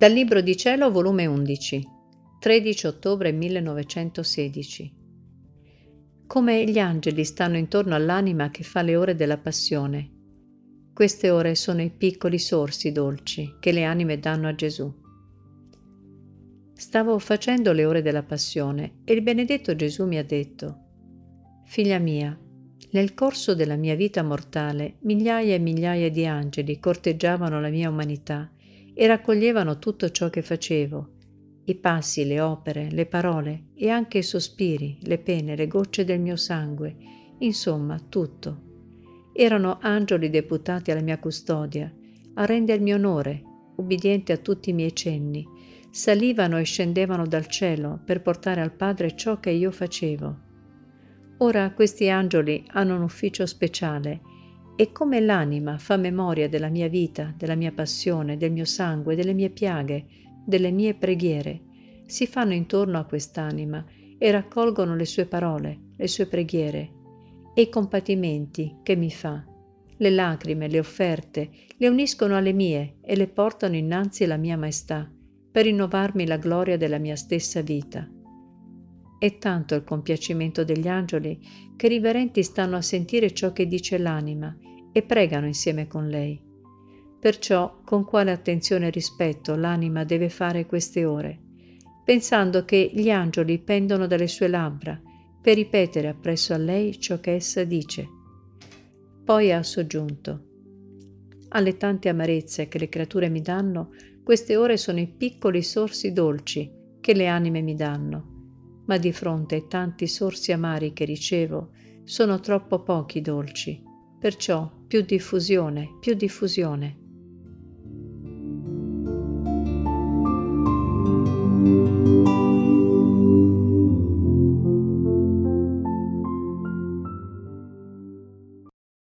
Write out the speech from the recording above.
Dal Libro di Cielo, volume 11, 13 ottobre 1916. Come gli angeli stanno intorno all'anima che fa le ore della passione. Queste ore sono i piccoli sorsi dolci che le anime danno a Gesù. Stavo facendo le ore della passione e il benedetto Gesù mi ha detto: «Figlia mia, nel corso della mia vita mortale migliaia e migliaia di angeli corteggiavano la mia umanità e raccoglievano tutto ciò che facevo, i passi, le opere, le parole e anche i sospiri, le pene, le gocce del mio sangue, insomma tutto. Erano angeli deputati alla mia custodia, a rendermi onore, ubbidienti a tutti i miei cenni, salivano e scendevano dal cielo per portare al Padre ciò che io facevo. Ora questi angeli hanno un ufficio speciale e come l'anima fa memoria della mia vita, della mia passione, del mio sangue, delle mie piaghe, delle mie preghiere, si fanno intorno a quest'anima e raccolgono le sue parole, le sue preghiere e i compatimenti che mi fa. Le lacrime, le offerte, le uniscono alle mie e le portano innanzi alla mia maestà per rinnovarmi la gloria della mia stessa vita. È tanto il compiacimento degli angeli che i riverenti stanno a sentire ciò che dice l'anima e pregano insieme con lei. Perciò con quale attenzione e rispetto l'anima deve fare queste ore, pensando che gli angeli pendono dalle sue labbra per ripetere appresso a lei ciò che essa dice. Poi ha soggiunto: alle tante amarezze che le creature mi danno, queste ore sono i piccoli sorsi dolci che le anime mi danno. Ma di fronte ai tanti sorsi amari che ricevo, sono troppo pochi dolci, perciò più diffusione, più diffusione.